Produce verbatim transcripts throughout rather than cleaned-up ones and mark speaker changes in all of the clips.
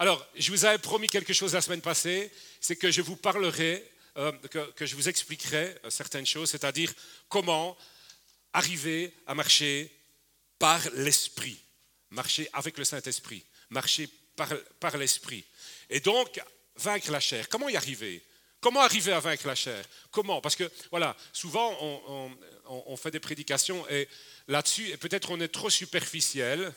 Speaker 1: Alors, je vous avais promis quelque chose la semaine passée, c'est que je vous parlerai, euh, que, que je vous expliquerai certaines choses, c'est-à-dire comment arriver à marcher par l'Esprit, marcher avec le Saint-Esprit, marcher par, par l'Esprit. Et donc, vaincre la chair. Comment y arriver ? Comment arriver à vaincre la chair ? Comment ? Parce que, voilà, souvent, on, on, on fait des prédications et là-dessus, et peut-être on est trop superficiel.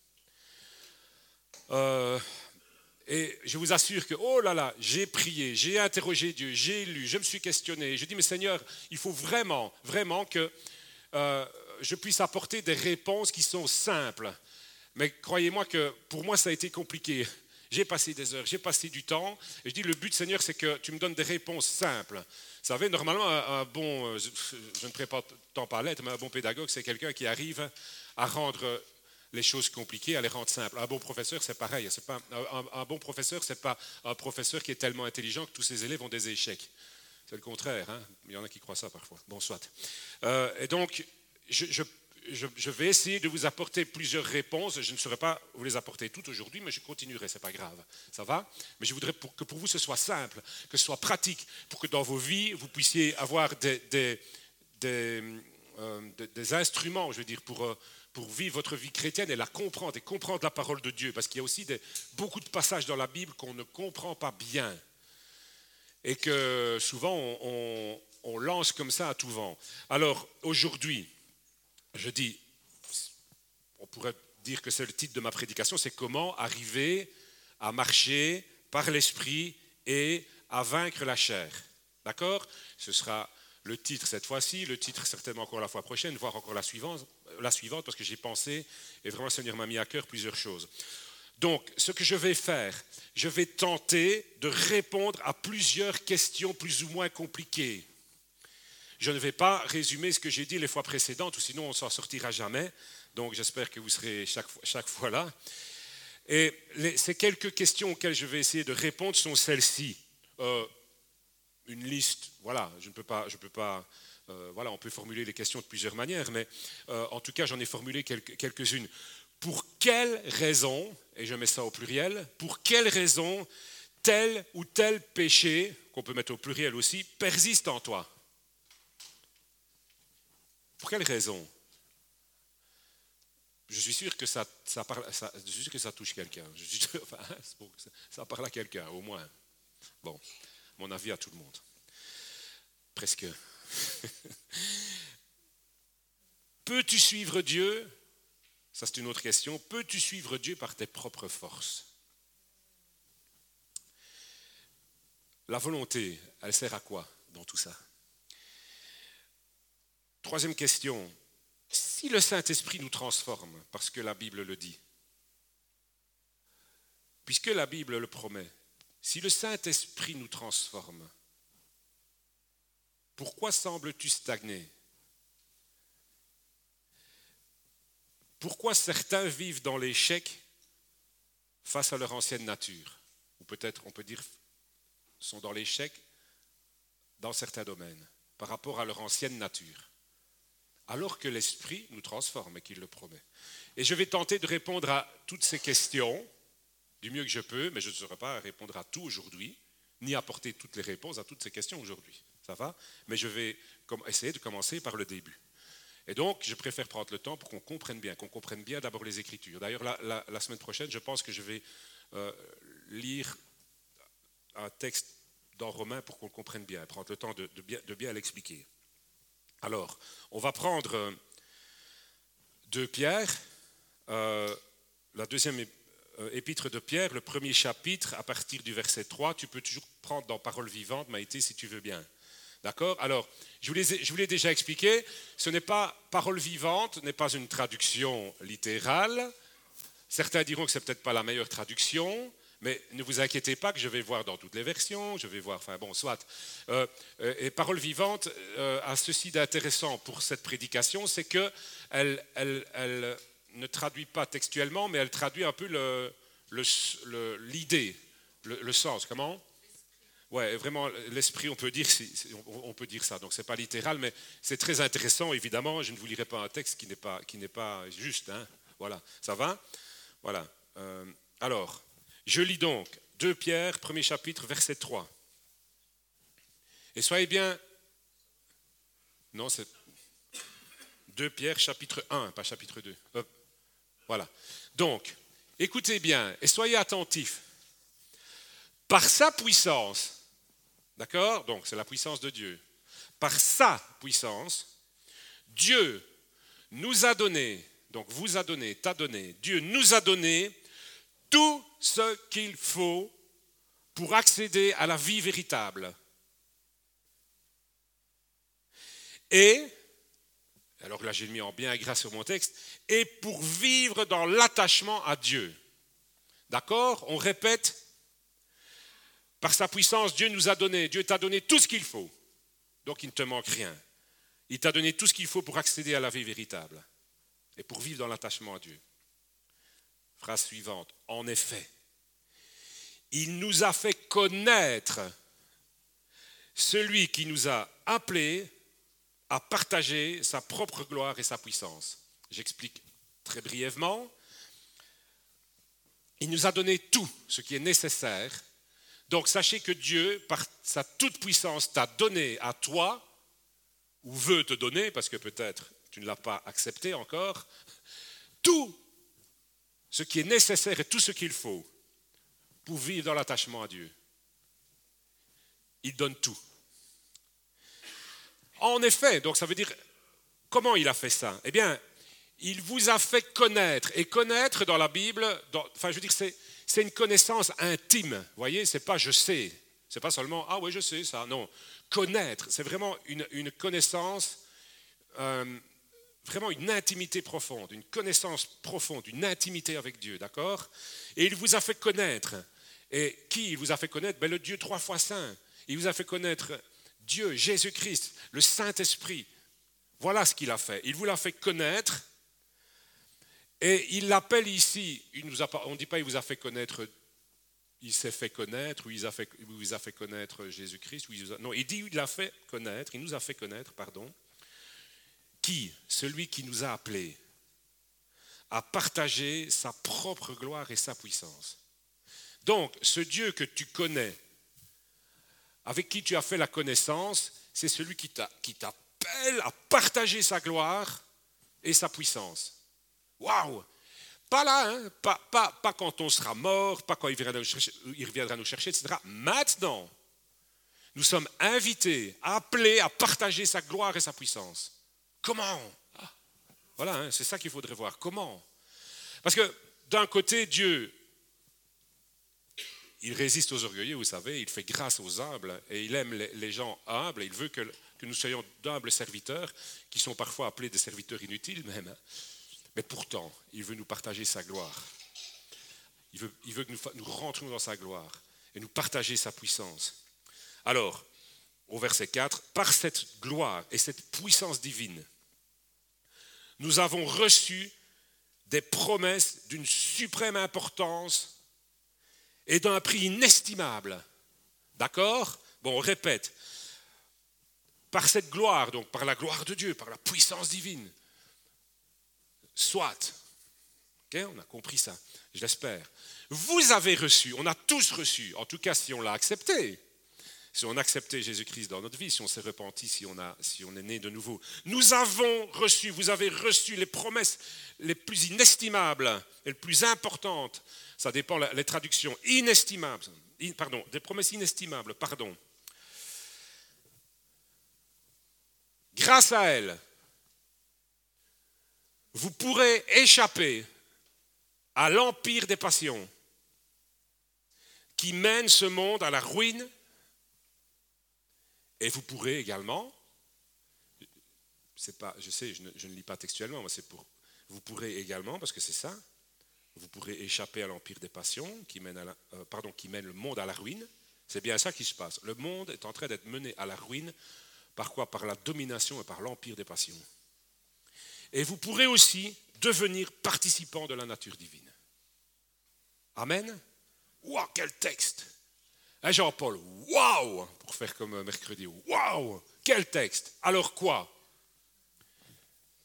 Speaker 1: Euh, et je vous assure que, oh là là, j'ai prié, j'ai interrogé Dieu, j'ai lu, je me suis questionné. Je dis, mais Seigneur, il faut vraiment, vraiment que euh, je puisse apporter des réponses qui sont simples. Mais croyez-moi que pour moi, ça a été compliqué. J'ai passé des heures, j'ai passé du temps. Et je dis, le but, Seigneur, c'est que tu me donnes des réponses simples. Vous savez, normalement, un, un bon, je, je ne prétends pas l'être, mais un bon pédagogue, c'est quelqu'un qui arrive à rendre les choses compliquées, à les rendre simples. Un bon professeur, c'est pareil. C'est pas, un, un bon professeur, ce n'est pas un professeur qui est tellement intelligent que tous ses élèves ont des échecs. C'est le contraire. Hein. Il y en a qui croient ça parfois. Bon, soit. Euh, et donc, je... je Je, je vais essayer de vous apporter plusieurs réponses. Je ne saurais pas vous les apporter toutes aujourd'hui, mais je continuerai, ce n'est pas grave. Ça va ? Mais je voudrais pour, que pour vous ce soit simple, que ce soit pratique, pour que dans vos vies, vous puissiez avoir des, des, des, euh, des, des instruments, je veux dire, pour, euh, pour vivre votre vie chrétienne et la comprendre, et comprendre la parole de Dieu. Parce qu'il y a aussi des, beaucoup de passages dans la Bible qu'on ne comprend pas bien. Et que souvent, on, on, on lance comme ça à tout vent. Alors, aujourd'hui, je dis, on pourrait dire que c'est le titre de ma prédication, c'est comment arriver à marcher par l'esprit et à vaincre la chair. D'accord ? Ce sera le titre cette fois-ci, le titre certainement encore la fois prochaine, voire encore la suivante, la suivante parce que j'ai pensé, et vraiment le Seigneur m'a mis à cœur plusieurs choses. Donc, ce que je vais faire, je vais tenter de répondre à plusieurs questions plus ou moins compliquées. Je ne vais pas résumer ce que j'ai dit les fois précédentes, ou sinon on ne s'en sortira jamais. Donc j'espère que vous serez chaque, chaque fois là. Et les, ces quelques questions auxquelles je vais essayer de répondre sont celles-ci. Euh, une liste, voilà, je ne peux pas... Je peux pas euh, voilà, on peut formuler les questions de plusieurs manières, mais euh, en tout cas j'en ai formulé quelques, quelques-unes. Pour quelle raison, et je mets ça au pluriel, pour quelle raison tel ou tel péché, qu'on peut mettre au pluriel aussi, persiste en toi ? Pour quelle raison ? Je suis sûr que ça, ça, parle, ça, je suis sûr que ça touche quelqu'un. Je suis, enfin, ça, ça parle à quelqu'un, au moins. Bon, mon avis à tout le monde. Presque. Peux-tu suivre Dieu ? Ça, c'est une autre question. Peux-tu suivre Dieu par tes propres forces ? La volonté, elle sert à quoi dans tout ça ? Troisième question, si le Saint-Esprit nous transforme, parce que la Bible le dit, puisque la Bible le promet, si le Saint-Esprit nous transforme, pourquoi sembles-tu stagner ? Pourquoi certains vivent dans l'échec face à leur ancienne nature ? Ou peut-être on peut dire sont dans l'échec dans certains domaines, par rapport à leur ancienne nature. Alors que l'Esprit nous transforme et qu'il le promet. Et je vais tenter de répondre à toutes ces questions du mieux que je peux, mais je ne saurais pas répondre à tout aujourd'hui, ni apporter toutes les réponses à toutes ces questions aujourd'hui. Ça va ? Mais je vais essayer de commencer par le début. Et donc, je préfère prendre le temps pour qu'on comprenne bien, qu'on comprenne bien d'abord les Écritures. D'ailleurs, la, la, la semaine prochaine, je pense que je vais euh, lire un texte dans Romains pour qu'on comprenne bien, prendre le temps de, de, bien, de bien l'expliquer. Alors, on va prendre deux Pierre, euh, la deuxième épître de Pierre, le premier chapitre, à partir du verset trois. Tu peux toujours prendre dans Parole vivante, Maïté, si tu veux bien. D'accord ? Alors, je vous, l'ai, je vous l'ai déjà expliqué, ce n'est pas Parole vivante, n'est pas une traduction littérale. Certains diront que ce n'est peut-être pas la meilleure traduction, mais ne vous inquiétez pas que je vais voir dans toutes les versions, je vais voir, enfin bon, soit. Euh, et Parole vivante euh, a ceci d'intéressant pour cette prédication, c'est qu'elle elle, elle ne traduit pas textuellement, mais elle traduit un peu le, le, le, l'idée, le, le sens. Comment ? Ouais, vraiment, l'esprit, on peut dire, on peut dire ça. Donc, ce n'est pas littéral, mais c'est très intéressant, évidemment. Je ne vous lirai pas un texte qui n'est pas, qui n'est pas juste. Hein. Voilà, ça va ? Voilà. Euh, alors... Je lis donc deux Pierre, premier chapitre, verset trois. Et soyez bien... Non, c'est deux Pierre, chapitre un, pas chapitre deux. Hop. Voilà. Donc, écoutez bien et soyez attentifs. Par sa puissance, d'accord? Donc, c'est la puissance de Dieu. Par sa puissance, Dieu nous a donné, donc vous a donné, t'a donné, Dieu nous a donné tout ce qu'il faut pour accéder à la vie véritable. Et, alors là j'ai mis en bien gras sur mon texte, et pour vivre dans l'attachement à Dieu. D'accord? On répète, par sa puissance, Dieu nous a donné, Dieu t'a donné tout ce qu'il faut. Donc il ne te manque rien. Il t'a donné tout ce qu'il faut pour accéder à la vie véritable et pour vivre dans l'attachement à Dieu. Phrase suivante. En effet, il nous a fait connaître celui qui nous a appelés à partager sa propre gloire et sa puissance. J'explique très brièvement. Il nous a donné tout ce qui est nécessaire. Donc sachez que Dieu, par sa toute puissance, t'a donné à toi, ou veut te donner, parce que peut-être tu ne l'as pas accepté encore, tout ce qui est nécessaire et tout ce qu'il faut pour vivre dans l'attachement à Dieu. Il donne tout. En effet, donc ça veut dire, comment il a fait ça? Eh bien, il vous a fait connaître. Et connaître dans la Bible, dans, enfin je veux dire, c'est, c'est une connaissance intime. Vous voyez, c'est pas je sais. C'est pas seulement, ah oui, je sais ça. Non, connaître, c'est vraiment une, une connaissance, euh, vraiment une intimité profonde, une connaissance profonde, une intimité avec Dieu, d'accord? Et il vous a fait connaître. Et qui il vous a fait connaître? Ben, le Dieu trois fois saint. Il vous a fait connaître Dieu, Jésus-Christ, le Saint-Esprit. Voilà ce qu'il a fait. Il vous l'a fait connaître. Et il l'appelle ici, il nous a pas, on ne dit pas il vous a fait connaître, il s'est fait connaître, ou il, a fait, il vous a fait connaître Jésus-Christ. Ou il vous a, non, il dit il l'a fait connaître, il nous a fait connaître, pardon. Qui? Celui qui nous a appelés à partager sa propre gloire et sa puissance. Donc, ce Dieu que tu connais, avec qui tu as fait la connaissance, c'est celui qui, t'a, qui t'appelle à partager sa gloire et sa puissance. Waouh! Pas là, hein? pas, pas, pas quand on sera mort, pas quand il viendra nous chercher, il reviendra nous chercher, et cetera. Maintenant, nous sommes invités, appelés à partager sa gloire et sa puissance. Comment? Ah, voilà, hein, c'est ça qu'il faudrait voir. Comment? Parce que d'un côté, Dieu, il résiste aux orgueilleux, vous savez, il fait grâce aux humbles et il aime les, les gens humbles. Et il veut que, que nous soyons d'humbles serviteurs, qui sont parfois appelés des serviteurs inutiles même. Hein. Mais pourtant, il veut nous partager sa gloire. Il veut, il veut que nous, nous rentrions dans sa gloire et nous partager sa puissance. Alors, au verset quatre, par cette gloire et cette puissance divine, nous avons reçu des promesses d'une suprême importance et d'un prix inestimable. D'accord? Bon, on répète. Par cette gloire, donc par la gloire de Dieu, par la puissance divine, soit, okay, on a compris ça, je l'espère. Vous avez reçu, on a tous reçu, en tout cas si on l'a accepté, si on a accepté Jésus-Christ dans notre vie, si on s'est repenti, si on, a, si on est né de nouveau. Nous avons reçu, vous avez reçu les promesses les plus inestimables et les plus importantes, ça dépend les traductions, inestimables, pardon, des promesses inestimables, pardon. Grâce à elles, vous pourrez échapper à l'empire des passions qui mène ce monde à la ruine. Et vous pourrez également, c'est pas, je sais, je ne, je ne lis pas textuellement, mais c'est pour, vous pourrez également, parce que c'est ça, vous pourrez échapper à l'empire des passions qui mène, à la, euh, pardon, qui mène le monde à la ruine. C'est bien ça qui se passe. Le monde est en train d'être mené à la ruine. Par quoi? Par la domination et par l'empire des passions. Et vous pourrez aussi devenir participant de la nature divine. Amen. Waouh, quel texte! Hein, Jean-Paul, waouh! Pour faire comme mercredi, waouh! Quel texte! Alors quoi?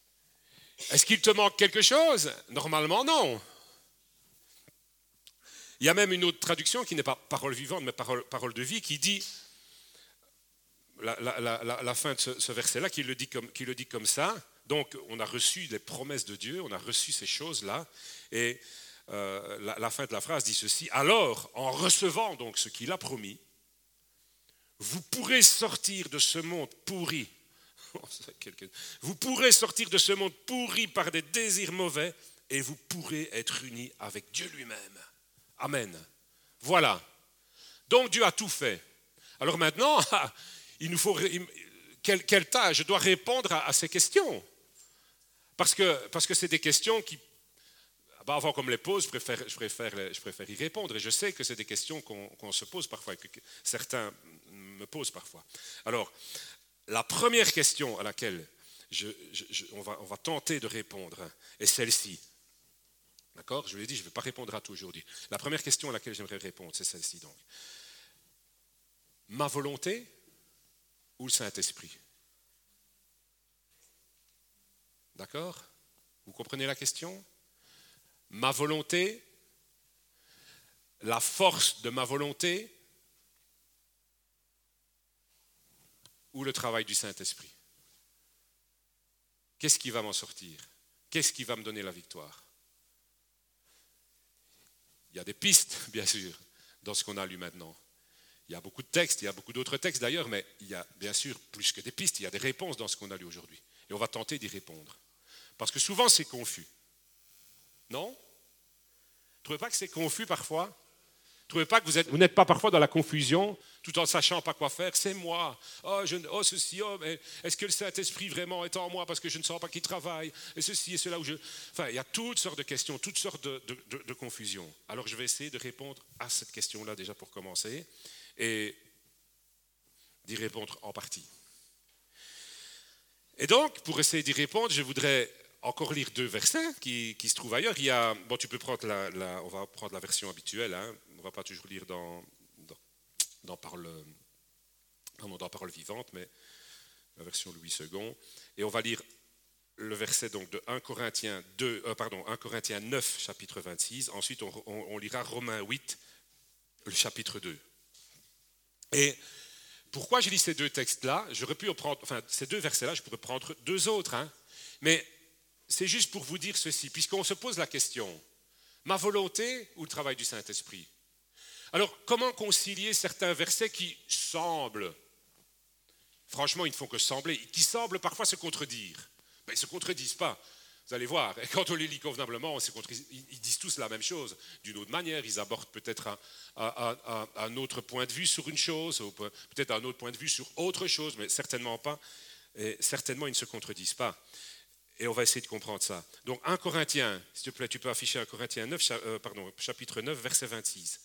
Speaker 1: Est-ce qu'il te manque quelque chose? Normalement, non. Il y a même une autre traduction qui n'est pas parole vivante, mais parole, parole de vie, qui dit, la, la, la, la fin de ce, ce verset-là, qui le, dit comme, qui le dit comme ça. Donc, on a reçu les promesses de Dieu, on a reçu ces choses-là, et euh, la, la fin de la phrase dit ceci, « Alors, en recevant donc ce qu'il a promis, vous pourrez sortir de ce monde pourri, vous pourrez sortir de ce monde pourri par des désirs mauvais, et vous pourrez être unis avec Dieu lui-même. » Amen. Voilà. Donc Dieu a tout fait. Alors maintenant, il nous faut quelle, quelle tâche? Je dois répondre à, à ces questions. Parce que, parce que c'est des questions qui, bah avant qu'on me les pose, je préfère, je, préfère, je préfère y répondre. Et je sais que c'est des questions qu'on, qu'on se pose parfois, et que certains me posent parfois. Alors, la première question à laquelle je, je, je, on, va, on va tenter de répondre est celle-ci. D'accord? Je vous l'ai dit, je ne vais pas répondre à tout aujourd'hui. La première question à laquelle j'aimerais répondre, c'est celle-ci donc. Ma volonté ou le Saint-Esprit? D'accord? Vous comprenez la question? Ma volonté, la force de ma volonté ou le travail du Saint-Esprit? Qu'est-ce qui va m'en sortir? Qu'est-ce qui va me donner la victoire? Il y a des pistes, bien sûr, dans ce qu'on a lu maintenant. Il y a beaucoup de textes, il y a beaucoup d'autres textes d'ailleurs, mais il y a bien sûr plus que des pistes, il y a des réponses dans ce qu'on a lu aujourd'hui. Et on va tenter d'y répondre. Parce que souvent c'est confus. Non? Vous ne trouvez pas que c'est confus parfois? Vous ne trouvez pas que vous, êtes, vous n'êtes pas parfois dans la confusion, tout en ne sachant pas quoi faire? C'est moi. Oh, je, oh ceci, oh, mais est-ce que le Saint-Esprit vraiment est en moi parce que je ne sens pas qu'il travaille? Et ceci et cela où je... Enfin, il y a toutes sortes de questions, toutes sortes de, de, de, de confusions. Alors je vais essayer de répondre à cette question-là déjà pour commencer et d'y répondre en partie. Et donc, pour essayer d'y répondre, je voudrais encore lire deux versets qui, qui se trouvent ailleurs. Il y a, bon, tu peux prendre la, la, on va prendre la version habituelle, hein. On ne va pas toujours lire dans, dans, dans, parole, non, dans parole vivante, mais la version Louis second. Et on va lire le verset donc de un Corinthiens, deux, euh, pardon, un Corinthiens neuf, chapitre vingt-six. Ensuite, on, on, on lira Romains huit, le chapitre deux. Et pourquoi j'ai lu ces deux textes-là? J'aurais pu en prendre, enfin, ces deux versets-là, je pourrais prendre deux autres, hein. Mais c'est juste pour vous dire ceci, puisqu'on se pose la question, ma volonté ou le travail du Saint-Esprit? Alors, comment concilier certains versets qui semblent, franchement, ils ne font que sembler, qui semblent parfois se contredire? Ben, ils ne se contredisent pas, vous allez voir. Et quand on les lit convenablement, on se contredit, ils disent tous la même chose. D'une autre manière, ils abordent peut-être un, un, un, un autre point de vue sur une chose, ou peut-être un autre point de vue sur autre chose, mais certainement pas. Et certainement, ils ne se contredisent pas. Et on va essayer de comprendre ça. Donc, un Corinthiens, s'il te plaît, tu peux afficher un Corinthiens neuf, euh, pardon, chapitre neuf, verset vingt-six.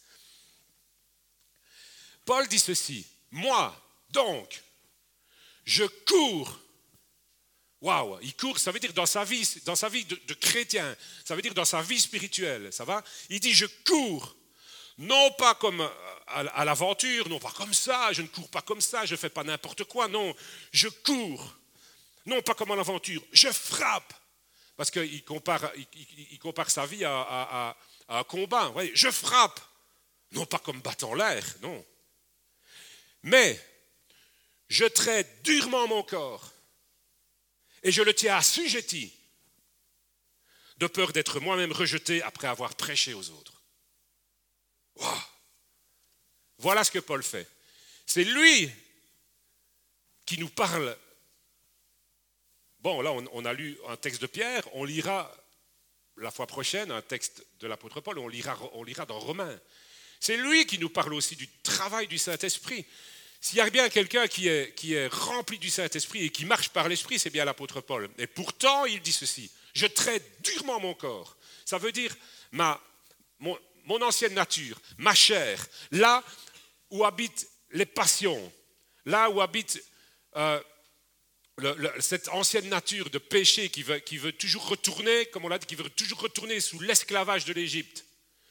Speaker 1: Paul dit ceci, « Moi, donc, je cours. » Waouh, il court, ça veut dire dans sa vie, dans sa vie de, de chrétien, ça veut dire dans sa vie spirituelle, ça va? Il dit, « Je cours. » Non pas comme à, à l'aventure, non pas comme ça, je ne cours pas comme ça, je ne fais pas n'importe quoi, non, je cours. Non pas comme à l'aventure, je frappe. Parce qu'il compare, il, il, il compare sa vie à, à, à, à un combat. Ouais, je frappe. Non pas comme battant l'air, non. Mais je traite durement mon corps et je le tiens assujetti de peur d'être moi-même rejeté après avoir prêché aux autres. Wow. Voilà ce que Paul fait. C'est lui qui nous parle. Bon, là, on, on a lu un texte de Pierre, on lira la fois prochaine un texte de l'apôtre Paul, on lira, on lira dans Romains. C'est lui qui nous parle aussi du travail du Saint-Esprit. S'il y a bien quelqu'un qui est, qui est rempli du Saint-Esprit et qui marche par l'Esprit, c'est bien l'apôtre Paul. Et pourtant, il dit ceci, « Je traite durement mon corps ». Ça veut dire ma, mon, mon ancienne nature, ma chair, là où habitent les passions, là où habite euh, le, le, cette ancienne nature de péché qui veut, qui veut toujours retourner, comme on l'a dit, qui veut toujours retourner sous l'esclavage de l'Égypte.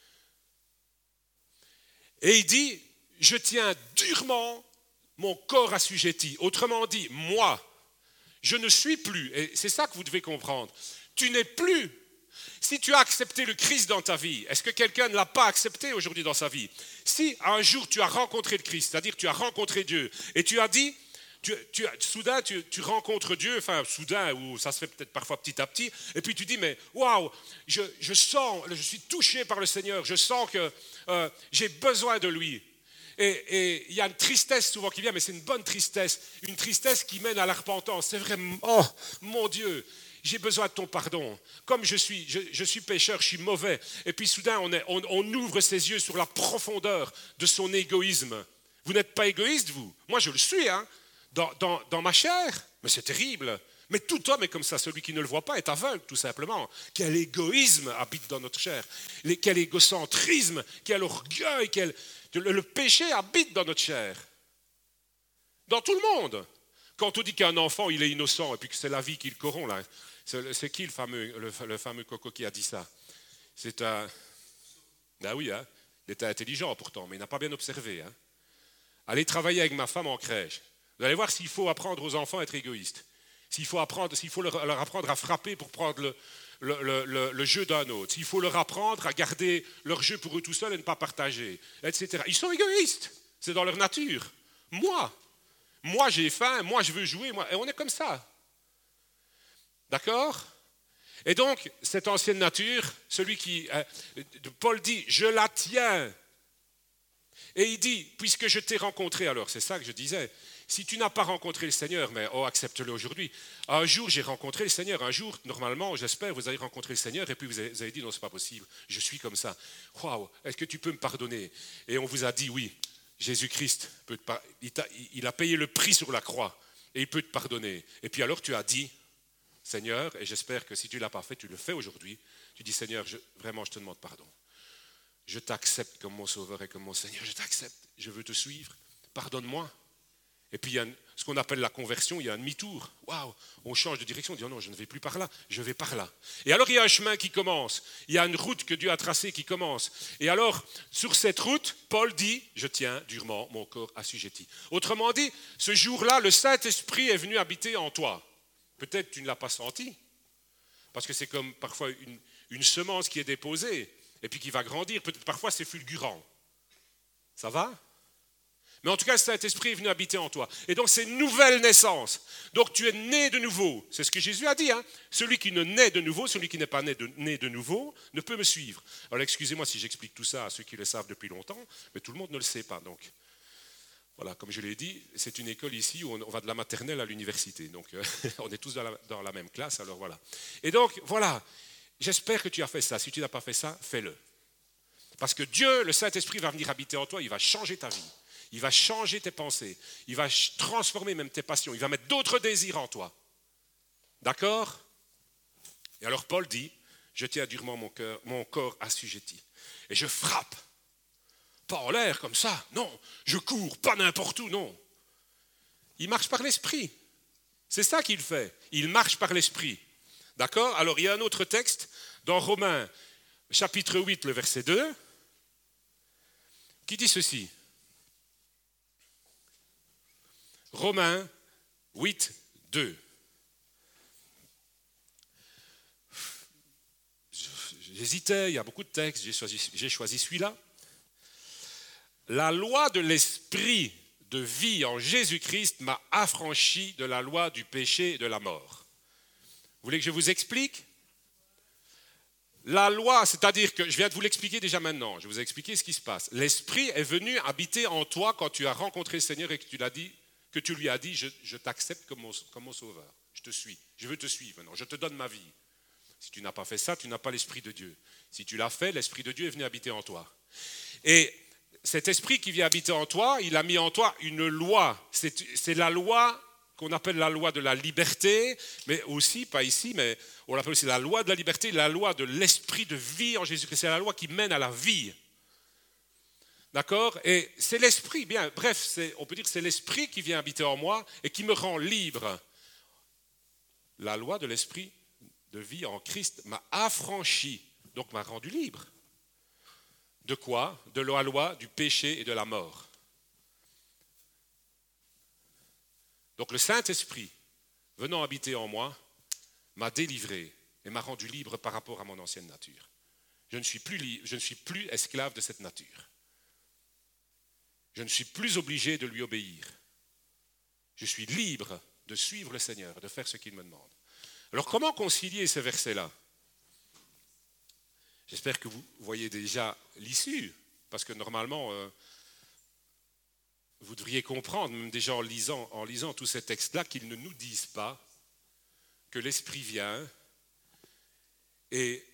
Speaker 1: Et il dit, je tiens durement mon corps assujetti. Autrement dit, moi, je ne suis plus, et c'est ça que vous devez comprendre, tu n'es plus. Si tu as accepté le Christ dans ta vie? Est-ce que quelqu'un ne l'a pas accepté aujourd'hui dans sa vie? Si un jour tu as rencontré le Christ, c'est-à-dire tu as rencontré Dieu, et tu as dit, tu, tu, soudain tu, tu rencontres Dieu, enfin soudain, ou ça se fait peut-être parfois petit à petit, et puis tu dis, mais waouh, je, je sens, je suis touché par le Seigneur, je sens que euh, j'ai besoin de lui. Et il y a une tristesse souvent qui vient, mais c'est une bonne tristesse, une tristesse qui mène à la repentance. C'est vraiment, oh mon Dieu, j'ai besoin de ton pardon. Comme je suis, je, je suis pécheur, je suis mauvais. Et puis soudain, on, est, on, on ouvre ses yeux sur la profondeur de son égoïsme. Vous n'êtes pas égoïste, vous? Moi, je le suis, hein, dans, dans, dans ma chair. Mais c'est terrible. Mais tout homme est comme ça. Celui qui ne le voit pas est aveugle, tout simplement. Quel égoïsme habite dans notre chair. Quel égocentrisme, quel orgueil, quel... Le péché habite dans notre chair. Dans tout le monde. Quand on dit qu'un enfant, il est innocent et puis que c'est la vie qui le corrompt, là, c'est, c'est qui le fameux, le, le fameux Coco qui a dit ça? C'est un... Ben oui, hein, il était intelligent pourtant, mais il n'a pas bien observé. Hein. Allez travailler avec ma femme en crèche. Vous allez voir s'il faut apprendre aux enfants à être égoïstes. S'il faut, apprendre, s'il faut leur, leur apprendre à frapper pour prendre le, le, le, le, le jeu d'un autre. S'il faut leur apprendre à garder leur jeu pour eux tout seuls et ne pas partager, et cetera. Ils sont égoïstes. C'est dans leur nature. Moi, moi j'ai faim, moi je veux jouer, moi, et on est comme ça. D'accord? Et donc, cette ancienne nature, celui qui... Euh, Paul dit, je la tiens. Et il dit, puisque je t'ai rencontré, alors c'est ça que je disais, si tu n'as pas rencontré le Seigneur, mais oh, accepte-le aujourd'hui. Un jour, j'ai rencontré le Seigneur. Un jour, normalement, j'espère, vous avez rencontré le Seigneur et puis vous avez, vous avez dit, non, c'est pas possible, je suis comme ça. Waouh, est-ce que tu peux me pardonner? Et on vous a dit, oui, Jésus-Christ, peut te par... il, il a payé le prix sur la croix et il peut te pardonner. Et puis alors, tu as dit, Seigneur, et j'espère que si tu ne l'as pas fait, tu le fais aujourd'hui, tu dis, Seigneur, je, vraiment, je te demande pardon. Je t'accepte comme mon sauveur et comme mon Seigneur, je t'accepte, je veux te suivre, pardonne-moi. Et puis il y a une, ce qu'on appelle la conversion, il y a un demi-tour. Waouh, on change de direction, on dit oh non, je ne vais plus par là, je vais par là. Et alors il y a un chemin qui commence, il y a une route que Dieu a tracée qui commence. Et alors, sur cette route, Paul dit, je tiens durement mon corps assujetti. Autrement dit, ce jour-là, le Saint-Esprit est venu habiter en toi. Peut-être tu ne l'as pas senti, parce que c'est comme parfois une, une semence qui est déposée, et puis qui va grandir. Peut-être parfois c'est fulgurant. Ça va ? Mais en tout cas, le Saint-Esprit est venu habiter en toi. Et donc, c'est une nouvelle naissance. Donc, tu es né de nouveau. C'est ce que Jésus a dit. Hein. Celui qui ne naît de nouveau, celui qui n'est pas né de, né de nouveau, ne peut me suivre. Alors, excusez-moi si j'explique tout ça à ceux qui le savent depuis longtemps, mais tout le monde ne le sait pas. Donc, voilà, comme je l'ai dit, c'est une école ici où on va de la maternelle à l'université. Donc, euh, on est tous dans la, dans la même classe. Alors, voilà. Et donc, voilà. J'espère que tu as fait ça. Si tu n'as pas fait ça, fais-le. Parce que Dieu, le Saint-Esprit, va venir habiter en toi. Il va changer ta vie. Il va changer tes pensées, il va transformer même tes passions, il va mettre d'autres désirs en toi. D'accord? Et alors Paul dit, je tiens durement mon, cœur, mon corps assujetti. Et je frappe, pas en l'air comme ça, non, je cours, pas n'importe où, non. Il marche par l'esprit, c'est ça qu'il fait, il marche par l'esprit. D'accord? Alors il y a un autre texte, dans Romains chapitre huit, le verset deux, qui dit ceci. Romains huit, deux. J'hésitais, il y a beaucoup de textes, j'ai choisi, j'ai choisi celui-là. La loi de l'esprit de vie en Jésus-Christ m'a affranchi de la loi du péché et de la mort. Vous voulez que je vous explique? La loi, c'est-à-dire que, je viens de vous l'expliquer déjà maintenant, je vous ai expliqué ce qui se passe. L'esprit est venu habiter en toi quand tu as rencontré le Seigneur et que tu l'as dit, que tu lui as dit, je, je t'accepte comme mon, comme mon sauveur, je te suis, je veux te suivre maintenant, je te donne ma vie. Si tu n'as pas fait ça, tu n'as pas l'Esprit de Dieu. Si tu l'as fait, l'Esprit de Dieu est venu habiter en toi. Et cet Esprit qui vient habiter en toi, il a mis en toi une loi. C'est, c'est la loi qu'on appelle la loi de la liberté, mais aussi, pas ici, mais on l'appelle aussi la loi de la liberté, la loi de l'Esprit de vie en Jésus-Christ. C'est la loi qui mène à la vie. D'accord? Et c'est l'esprit, bien, bref, c'est, on peut dire que c'est l'esprit qui vient habiter en moi et qui me rend libre. La loi de l'esprit de vie en Christ m'a affranchi, donc m'a rendu libre. De quoi? De la loi du péché et de la mort. Donc le Saint-Esprit, venant habiter en moi, m'a délivré et m'a rendu libre par rapport à mon ancienne nature. Je ne suis plus libre, je ne suis plus esclave de cette nature. Je ne suis plus obligé de lui obéir. Je suis libre de suivre le Seigneur, de faire ce qu'il me demande. Alors comment concilier ces versets-là? J'espère que vous voyez déjà l'issue, parce que normalement, euh, vous devriez comprendre, même déjà en lisant, en lisant tous ces textes-là, qu'ils ne nous disent pas que l'Esprit vient et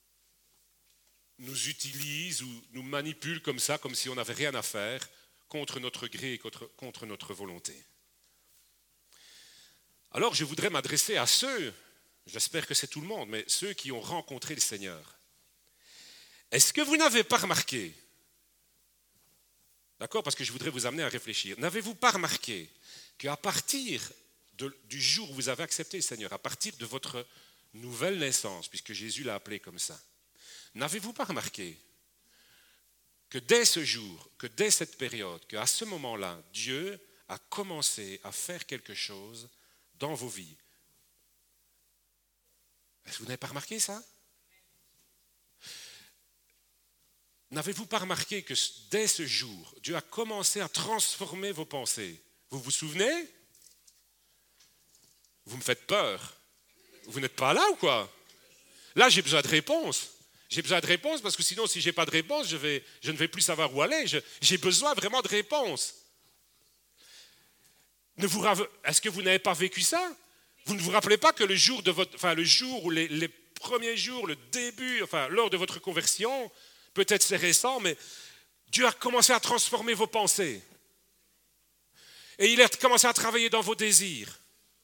Speaker 1: nous utilise ou nous manipule comme ça, comme si on n'avait rien à faire, contre notre gré et contre, contre notre volonté. Alors je voudrais m'adresser à ceux, j'espère que c'est tout le monde, mais ceux qui ont rencontré le Seigneur. Est-ce que vous n'avez pas remarqué, d'accord, parce que je voudrais vous amener à réfléchir, n'avez-vous pas remarqué qu'à partir de, du jour où vous avez accepté le Seigneur, à partir de votre nouvelle naissance, puisque Jésus l'a appelé comme ça, n'avez-vous pas remarqué que dès ce jour, que dès cette période, qu'à ce moment-là, Dieu a commencé à faire quelque chose dans vos vies? Est-ce que vous n'avez pas remarqué ça? N'avez-vous pas remarqué que dès ce jour, Dieu a commencé à transformer vos pensées? Vous vous souvenez? Vous me faites peur. Vous n'êtes pas là ou quoi? Là, j'ai besoin de réponses. J'ai besoin de réponses parce que sinon, si je n'ai pas de réponse, je, vais, je ne vais plus savoir où aller. Je, j'ai besoin vraiment de réponses. Ne vous, est-ce que vous n'avez pas vécu ça? Vous ne vous rappelez pas que le jour, de votre, enfin, le jour où les, les premiers jours, le début, enfin, lors de votre conversion, peut-être c'est récent, mais Dieu a commencé à transformer vos pensées. Et il a commencé à travailler dans vos désirs.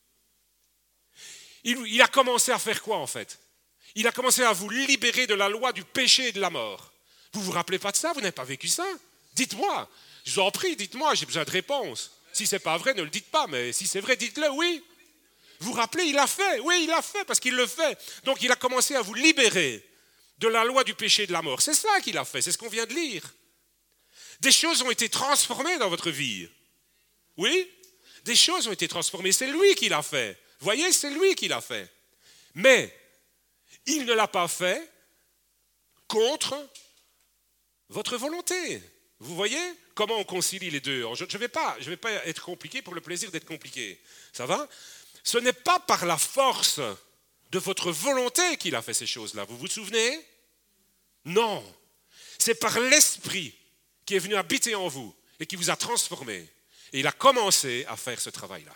Speaker 1: Il, il a commencé à faire quoi en fait? Il a commencé à vous libérer de la loi du péché et de la mort. Vous ne vous rappelez pas de ça? Vous n'avez pas vécu ça? Dites-moi. Je vous en prie, dites-moi, j'ai besoin de réponses. Si ce n'est pas vrai, ne le dites pas, mais si c'est vrai, dites-le, oui. Vous vous rappelez, il l'a fait. Oui, il l'a fait parce qu'il le fait. Donc il a commencé à vous libérer de la loi du péché et de la mort. C'est ça qu'il a fait, c'est ce qu'on vient de lire. Des choses ont été transformées dans votre vie. Oui? Des choses ont été transformées, c'est lui qui l'a fait. Vous voyez, c'est lui qui l'a fait. Mais il ne l'a pas fait contre votre volonté. Vous voyez comment on concilie les deux? Je ne vais pas, je vais pas être compliqué pour le plaisir d'être compliqué. Ça va? Ce n'est pas par la force de votre volonté qu'il a fait ces choses-là. Vous vous souvenez? Non. C'est par l'Esprit qui est venu habiter en vous et qui vous a transformé. Et il a commencé à faire ce travail-là.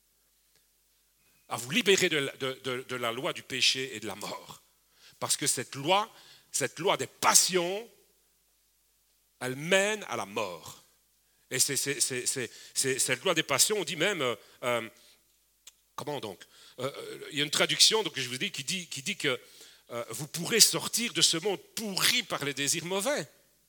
Speaker 1: À vous libérer de, de, de, de la loi du péché et de la mort. Parce que cette loi, cette loi des passions, elle mène à la mort. Et c'est, c'est, c'est, c'est, c'est, cette loi des passions, on dit même, euh, euh, comment donc euh, il y a une traduction donc, je vous dis, qui dit, qui dit que euh, vous pourrez sortir de ce monde pourri par les désirs mauvais.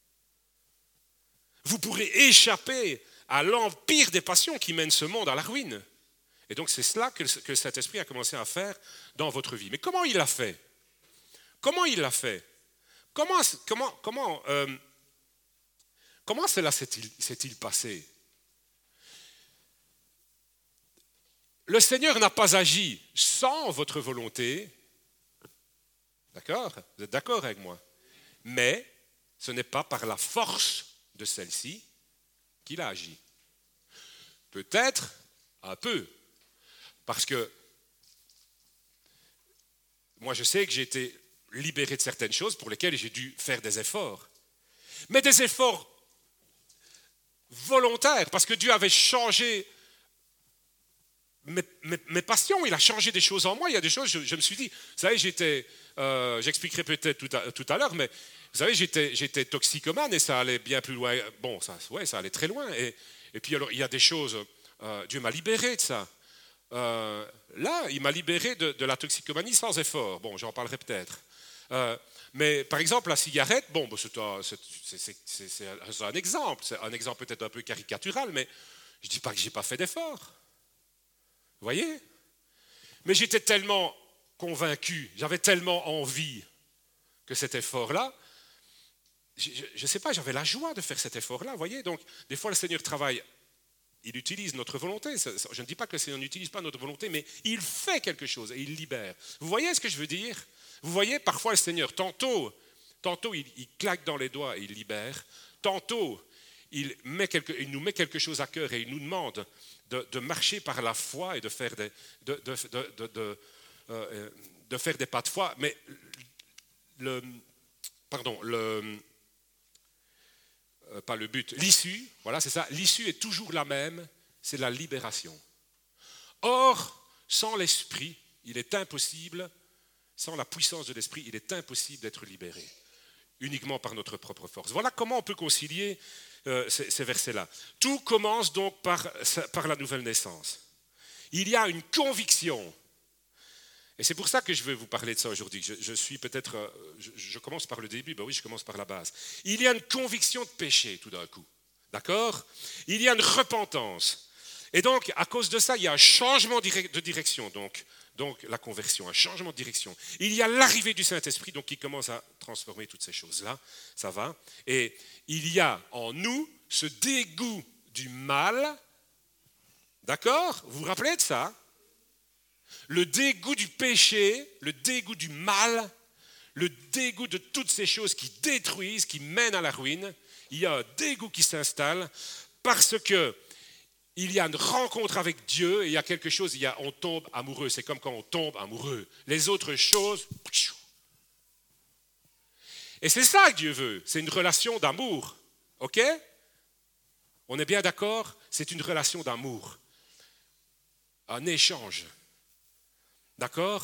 Speaker 1: Vous pourrez échapper à l'empire des passions qui mène ce monde à la ruine. Et donc c'est cela que, que cet esprit a commencé à faire dans votre vie. Mais comment il l'a fait? Comment il l'a fait? Comment, comment, comment, euh, comment cela s'est-il, s'est-il passé? Le Seigneur n'a pas agi sans votre volonté. D'accord? Vous êtes d'accord avec moi? Mais ce n'est pas par la force de celle-ci qu'il a agi. Peut-être un peu. Parce que moi, je sais que j'ai été libéré de certaines choses pour lesquelles j'ai dû faire des efforts. Mais des efforts volontaires, parce que Dieu avait changé mes, mes, mes passions, il a changé des choses en moi. Il y a des choses, je, je me suis dit, vous savez, j'étais, euh, j'expliquerai peut-être tout à, tout à l'heure, mais vous savez, j'étais, j'étais toxicomane et ça allait bien plus loin. Bon, ça, ouais, ça allait très loin. Et, et puis alors, il y a des choses, euh, Dieu m'a libéré de ça. Euh, là, il m'a libéré de, de la toxicomanie sans effort. Bon, j'en parlerai peut-être. Euh, mais par exemple, la cigarette, bon, bah, c'est, un, c'est, c'est, c'est, c'est un exemple. C'est un exemple peut-être un peu caricatural, mais je ne dis pas que je n'ai pas fait d'effort. Vous voyez? Mais j'étais tellement convaincu, j'avais tellement envie que cet effort-là, je ne sais pas, j'avais la joie de faire cet effort-là. Vous voyez? Donc, des fois, le Seigneur travaille. Il utilise notre volonté. Je ne dis pas que le Seigneur n'utilise pas notre volonté, mais il fait quelque chose et il libère. Vous voyez ce que je veux dire? Vous voyez, parfois le Seigneur, tantôt, Tantôt, il, il claque dans les doigts et il libère. Tantôt, il, met quelque, il nous met quelque chose à cœur et il nous demande de, de marcher par la foi et de faire des, de, de, de, de, de, euh, de faire des pas de foi. Mais le, pardon, le, euh, pas le but, l'issue, voilà, c'est ça. L'issue est toujours la même, c'est la libération. Or, sans l'esprit, il est impossible, sans la puissance de l'esprit, il est impossible d'être libéré, uniquement par notre propre force. Voilà comment on peut concilier euh, ces, ces versets-là. Tout commence donc par, par la nouvelle naissance. Il y a une conviction, et c'est pour ça que je veux vous parler de ça aujourd'hui. Je, je suis peut-être, euh, je, je commence par le début, ben oui, je commence par la base. Il y a une conviction de péché tout d'un coup, d'accord ? Il y a une repentance. Et donc, à cause de ça, il y a un changement de direction, donc, donc la conversion, un changement de direction. Il y a l'arrivée du Saint-Esprit, donc qui commence à transformer toutes ces choses-là, ça va. Et il y a en nous ce dégoût du mal, d'accord ? Vous vous rappelez de ça ? Le dégoût du péché, le dégoût du mal, le dégoût de toutes ces choses qui détruisent, qui mènent à la ruine. Il y a un dégoût qui s'installe parce que il y a une rencontre avec Dieu et il y a quelque chose, il y a, on tombe amoureux. C'est comme quand on tombe amoureux. Les autres choses... Et c'est ça que Dieu veut. C'est une relation d'amour. OK ? On est bien d'accord ? C'est une relation d'amour. Un échange. D'accord ?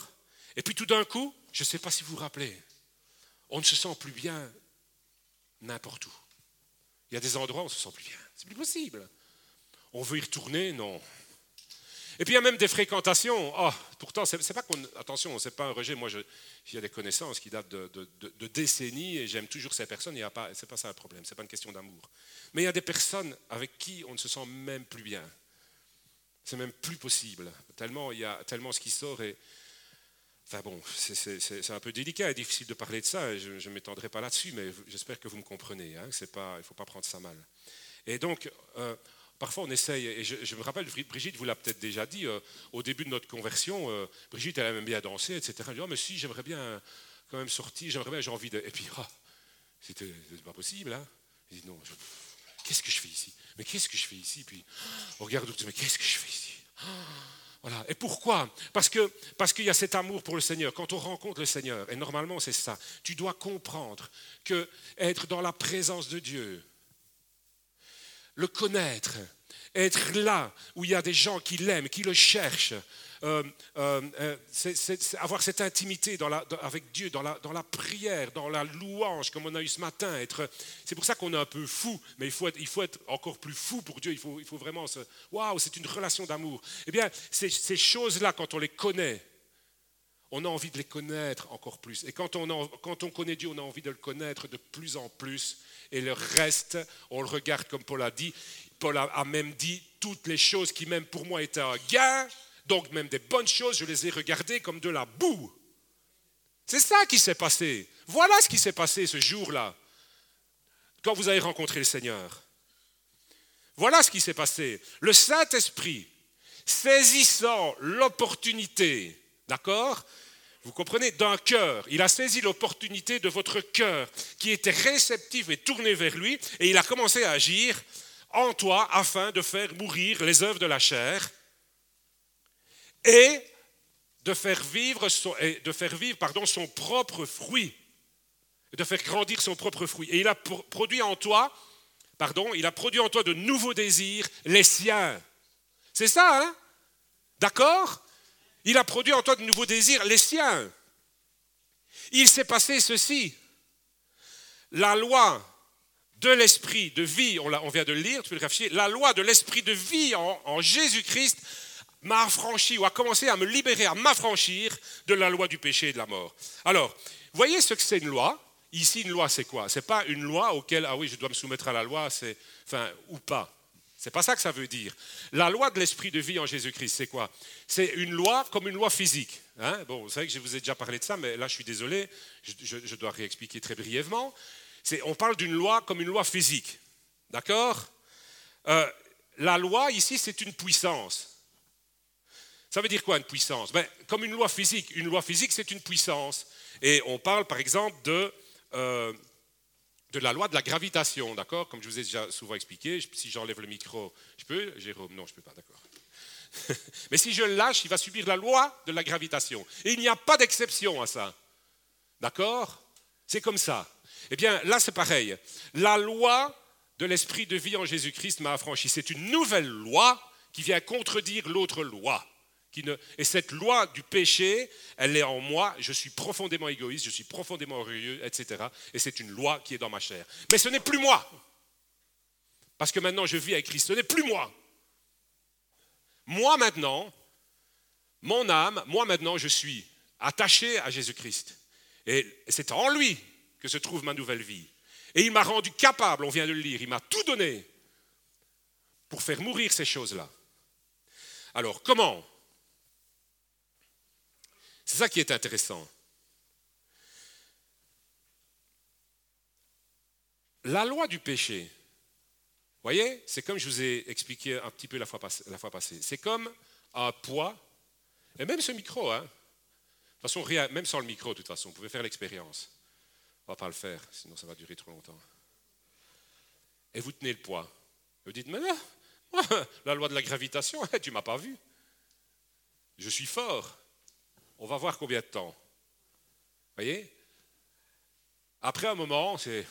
Speaker 1: Et puis tout d'un coup, je ne sais pas si vous vous rappelez, on ne se sent plus bien n'importe où. Il y a des endroits où on ne se sent plus bien. C'est plus possible. On veut y retourner, non. Et puis il y a même des fréquentations. Oh, pourtant, c'est, c'est pas qu'on, attention, c'est pas un rejet. Moi, je, il y a des connaissances qui datent de, de, de, de décennies et j'aime toujours ces personnes. Il y a pas, c'est pas ça le problème. C'est pas une question d'amour. Mais il y a des personnes avec qui on ne se sent même plus bien. C'est même plus possible. Tellement il y a tellement ce qui sort et enfin bon, c'est, c'est, c'est un peu délicat et difficile de parler de ça. Et je ne m'étendrai pas là-dessus, mais j'espère que vous me comprenez. Hein, c'est pas, il ne faut pas prendre ça mal. Et donc. Euh, Parfois, on essaye, et je, je me rappelle, Brigitte vous l'a peut-être déjà dit, euh, au début de notre conversion, euh, Brigitte, elle aime bien danser, et cetera. Elle dit, oh, mais si, j'aimerais bien quand même sortir, j'aimerais bien, j'ai envie de... Et puis, oh, c'était, c'était pas possible, hein. Elle dit, non, je, qu'est-ce que je fais ici ? Mais qu'est-ce que je fais ici ? Puis, on regarde, mais qu'est-ce que je fais ici ? Voilà. Et pourquoi ? Parce que, parce qu'il y a cet amour pour le Seigneur. Quand on rencontre le Seigneur, et normalement c'est ça, tu dois comprendre que être dans la présence de Dieu, le connaître, être là où il y a des gens qui l'aiment, qui le cherchent, euh, euh, c'est, c'est, c'est avoir cette intimité dans la, dans, avec Dieu, dans la, dans la prière, dans la louange, comme on a eu ce matin. Être, c'est pour ça qu'on est un peu fou, mais il faut être, il faut être encore plus fou pour Dieu. Il faut, il faut vraiment se... Waouh, c'est une relation d'amour. Eh bien, ces, ces choses-là, quand on les connaît, on a envie de les connaître encore plus. Et quand on, a, quand on connaît Dieu, on a envie de le connaître de plus en plus. Et le reste, on le regarde comme Paul a dit. Paul a même dit, toutes les choses qui même pour moi étaient un gain, donc même des bonnes choses, je les ai regardées comme de la boue. C'est ça qui s'est passé. Voilà ce qui s'est passé ce jour-là, quand vous avez rencontré le Seigneur. Voilà ce qui s'est passé. Le Saint-Esprit, saisissant l'opportunité, d'accord ? Vous comprenez, d'un cœur. Il a saisi l'opportunité de votre cœur qui était réceptif et tourné vers lui et il a commencé à agir en toi afin de faire mourir les œuvres de la chair et de faire vivre son, de faire vivre, pardon, son propre fruit, de faire grandir son propre fruit. Et il a produit en toi, pardon, il a produit en toi de nouveaux désirs, les siens. C'est ça, hein ? D'accord ? Il a produit en toi de nouveaux désirs, les siens. Il s'est passé ceci. La loi de l'esprit de vie, on, l'a, on vient de le lire, tu peux le réfléchir, la loi de l'esprit de vie en, en Jésus-Christ m'a affranchi ou a commencé à me libérer, à m'affranchir de la loi du péché et de la mort. Alors, voyez ce que c'est une loi. Ici, une loi, c'est quoi ? C'est pas une loi auquel, ah oui, je dois me soumettre à la loi, c'est, enfin, ou pas. C'est pas ça que ça veut dire. La loi de l'esprit de vie en Jésus-Christ, c'est quoi ? C'est une loi comme une loi physique. Hein ? Bon, vous savez que je vous ai déjà parlé de ça, mais là, je suis désolé, je, je, je dois réexpliquer très brièvement. C'est, on parle d'une loi comme une loi physique. D'accord ? euh, La loi, ici, c'est une puissance. Ça veut dire quoi, une puissance ? Ben, comme une loi physique. Une loi physique, c'est une puissance. Et on parle, par exemple, de, euh, de la loi de la gravitation, d'accord? Comme je vous ai déjà souvent expliqué, si j'enlève le micro, je peux? Jérôme, non, je ne peux pas, d'accord. Mais si je le lâche, il va subir la loi de la gravitation. Et il n'y a pas d'exception à ça. D'accord? C'est comme ça. Eh bien, là, c'est pareil. La loi de l'esprit de vie en Jésus-Christ m'a affranchi. C'est une nouvelle loi qui vient contredire l'autre loi. Qui ne... Et cette loi du péché, elle est en moi. Je suis profondément égoïste, je suis profondément orgueilleux, et cetera. Et c'est une loi qui est dans ma chair. Mais ce n'est plus moi. Parce que maintenant, je vis avec Christ. Ce n'est plus moi. Moi maintenant, mon âme, moi maintenant, je suis attaché à Jésus-Christ. Et c'est en lui que se trouve ma nouvelle vie. Et il m'a rendu capable, on vient de le lire, il m'a tout donné pour faire mourir ces choses-là. Alors, comment? C'est ça qui est intéressant. La loi du péché, vous voyez, c'est comme je vous ai expliqué un petit peu la fois passée, la fois passée. C'est comme un poids, et même ce micro, hein. De toute façon, rien, même sans le micro, de toute façon, vous pouvez faire l'expérience. On ne va pas le faire, sinon ça va durer trop longtemps. Et vous tenez le poids. Vous dites, mais là, moi, la loi de la gravitation, tu ne m'as pas vu. Je suis fort. On va voir combien de temps. Vous voyez? Après un moment, c'est...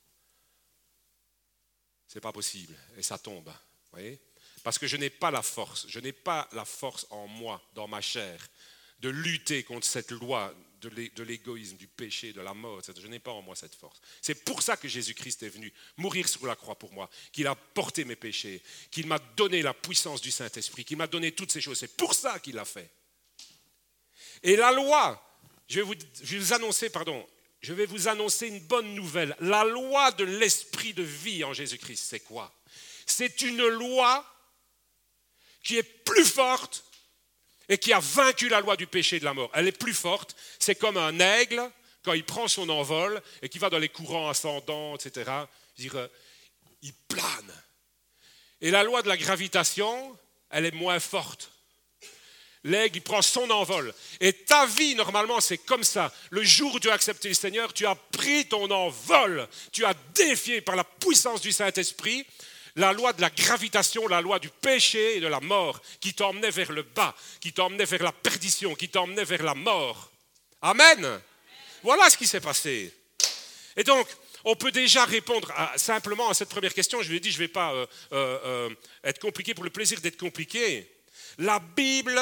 Speaker 1: C'est pas possible. Et ça tombe. Vous voyez? Parce que je n'ai pas la force. Je n'ai pas la force en moi, dans ma chair, de lutter contre cette loi de l'égoïsme, du péché, de la mort, et cetera. Je n'ai pas en moi cette force. C'est pour ça que Jésus-Christ est venu mourir sur la croix pour moi, qu'il a porté mes péchés, qu'il m'a donné la puissance du Saint-Esprit, qu'il m'a donné toutes ces choses. C'est pour ça qu'il l'a fait. Et la loi, je vais vous, je vais vous annoncer, pardon, je vais vous annoncer une bonne nouvelle. La loi de l'esprit de vie en Jésus-Christ, c'est quoi? C'est une loi qui est plus forte et qui a vaincu la loi du péché et de la mort. Elle est plus forte. C'est comme un aigle, quand il prend son envol et qu'il va dans les courants ascendants, et cetera. Dire, euh, il plane. Et la loi de la gravitation, elle est moins forte. L'aigle, il prend son envol. Et ta vie, normalement, c'est comme ça. Le jour où tu as accepté le Seigneur, tu as pris ton envol. Tu as défié par la puissance du Saint-Esprit la loi de la gravitation, la loi du péché et de la mort, qui t'emmenait vers le bas, qui t'emmenait vers la perdition, qui t'emmenait vers la mort. Amen. Amen. Voilà ce qui s'est passé. Et donc, on peut déjà répondre à, simplement à cette première question. Je lui ai dit, je ne vais pas euh, euh, être compliqué pour le plaisir d'être compliqué. La Bible